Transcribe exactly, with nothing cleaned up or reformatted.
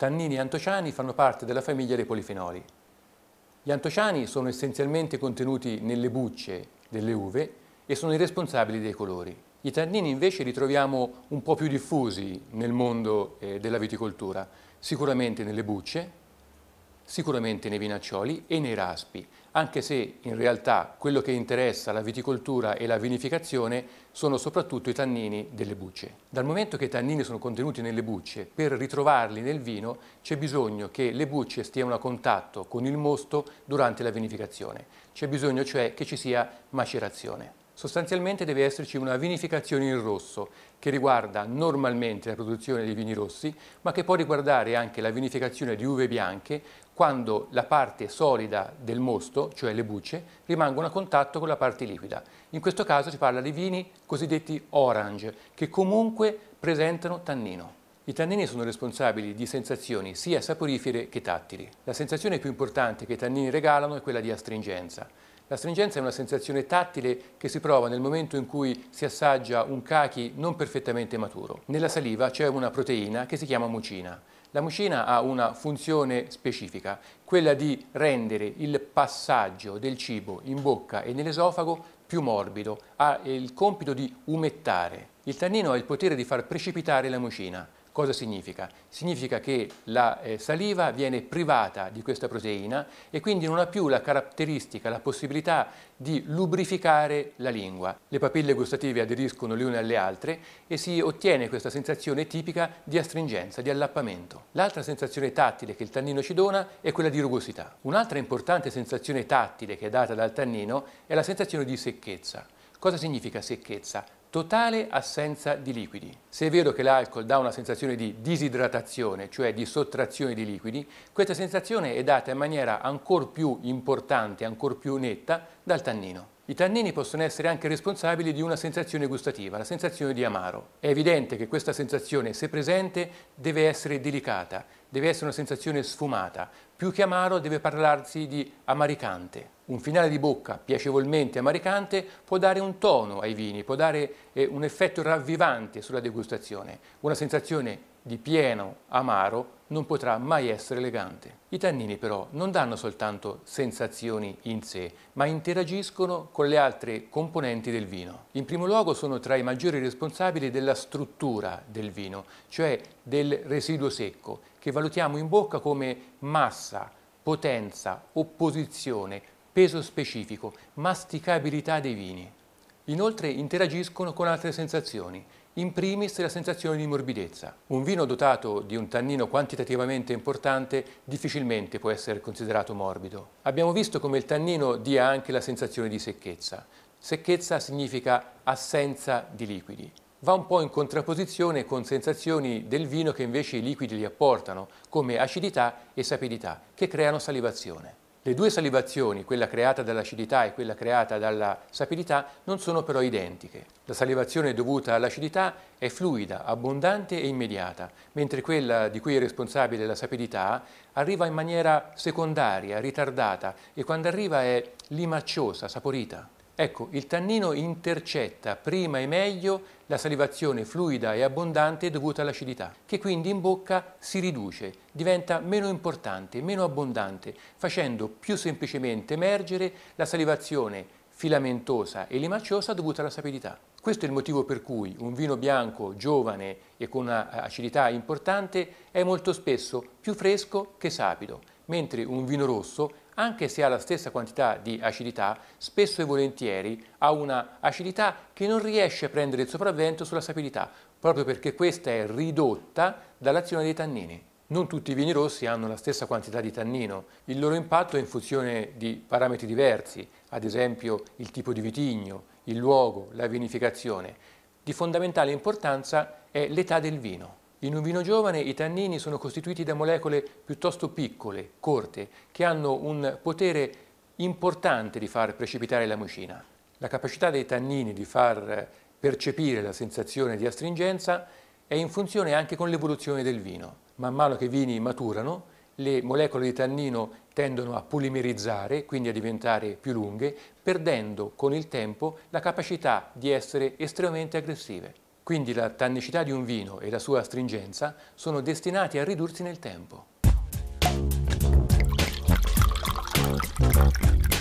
Tannini e antociani fanno parte della famiglia dei polifenoli. Gli antociani sono essenzialmente contenuti nelle bucce delle uve e sono i responsabili dei colori. I tannini invece li troviamo un po' più diffusi nel mondo eh, della viticoltura, sicuramente nelle bucce, sicuramente nei vinaccioli e nei raspi, anche se in realtà quello che interessa la viticoltura e la vinificazione sono soprattutto i tannini delle bucce. Dal momento che i tannini sono contenuti nelle bucce, per ritrovarli nel vino c'è bisogno che le bucce stiano a contatto con il mosto durante la vinificazione. C'è bisogno cioè che ci sia macerazione. Sostanzialmente deve esserci una vinificazione in rosso che riguarda normalmente la produzione dei vini rossi, ma che può riguardare anche la vinificazione di uve bianche quando la parte solida del mosto, cioè le bucce, rimangono a contatto con la parte liquida. In questo caso si parla di vini cosiddetti orange, che comunque presentano tannino. I tannini sono responsabili di sensazioni sia saporifere che tattili. La sensazione più importante che i tannini regalano è quella di astringenza. L'astringenza è una sensazione tattile che si prova nel momento in cui si assaggia un cachi non perfettamente maturo. Nella saliva c'è una proteina che si chiama mucina. La mucina ha una funzione specifica, quella di rendere il passaggio del cibo in bocca e nell'esofago più morbido, ha il compito di umettare. Il tannino ha il potere di far precipitare la mucina. Cosa significa? Significa che la eh, saliva viene privata di questa proteina e quindi non ha più la caratteristica, la possibilità di lubrificare la lingua. Le papille gustative aderiscono le une alle altre e si ottiene questa sensazione tipica di astringenza, di allappamento. L'altra sensazione tattile che il tannino ci dona è quella di rugosità. Un'altra importante sensazione tattile che è data dal tannino è la sensazione di secchezza. Cosa significa secchezza? Totale assenza di liquidi. Se è vero che l'alcol dà una sensazione di disidratazione, cioè di sottrazione di liquidi, questa sensazione è data in maniera ancora più importante, ancora più netta dal tannino. I tannini possono essere anche responsabili di una sensazione gustativa, la sensazione di amaro. È evidente che questa sensazione, se presente, deve essere delicata, deve essere una sensazione sfumata. Più che amaro deve parlarsi di amaricante. Un finale di bocca piacevolmente amaricante può dare un tono ai vini, può dare eh, un effetto ravvivante sulla degustazione. Una sensazione di pieno amaro non potrà mai essere elegante. I tannini però non danno soltanto sensazioni in sé, ma interagiscono con le altre componenti del vino. In primo luogo sono tra i maggiori responsabili della struttura del vino, cioè del residuo secco, che valutiamo in bocca come massa, potenza, opposizione, peso specifico, masticabilità dei vini. Inoltre interagiscono con altre sensazioni, in primis la sensazione di morbidezza. Un vino dotato di un tannino quantitativamente importante difficilmente può essere considerato morbido. Abbiamo visto come il tannino dia anche la sensazione di secchezza. Secchezza significa assenza di liquidi. Va un po' in contrapposizione con sensazioni del vino che invece i liquidi li apportano, come acidità e sapidità, che creano salivazione. Le due salivazioni, quella creata dall'acidità e quella creata dalla sapidità, non sono però identiche. La salivazione dovuta all'acidità è fluida, abbondante e immediata, mentre quella di cui è responsabile la sapidità arriva in maniera secondaria, ritardata e quando arriva è limacciosa, saporita. Ecco, il tannino intercetta prima e meglio la salivazione fluida e abbondante dovuta all'acidità, che quindi in bocca si riduce, diventa meno importante, meno abbondante, facendo più semplicemente emergere la salivazione filamentosa e limacciosa dovuta alla sapidità. Questo è il motivo per cui un vino bianco giovane e con un'acidità importante è molto spesso più fresco che sapido, mentre un vino rosso, anche se ha la stessa quantità di acidità, spesso e volentieri ha una acidità che non riesce a prendere il sopravvento sulla sapidità, proprio perché questa è ridotta dall'azione dei tannini. Non tutti i vini rossi hanno la stessa quantità di tannino, il loro impatto è in funzione di parametri diversi, ad esempio il tipo di vitigno, il luogo, la vinificazione. Di fondamentale importanza è l'età del vino. In un vino giovane i tannini sono costituiti da molecole piuttosto piccole, corte, che hanno un potere importante di far precipitare la mucina. La capacità dei tannini di far percepire la sensazione di astringenza è in funzione anche con l'evoluzione del vino. Man mano che i vini maturano, le molecole di tannino tendono a polimerizzare, quindi a diventare più lunghe, perdendo con il tempo la capacità di essere estremamente aggressive. Quindi la tannicità di un vino e la sua astringenza sono destinati a ridursi nel tempo.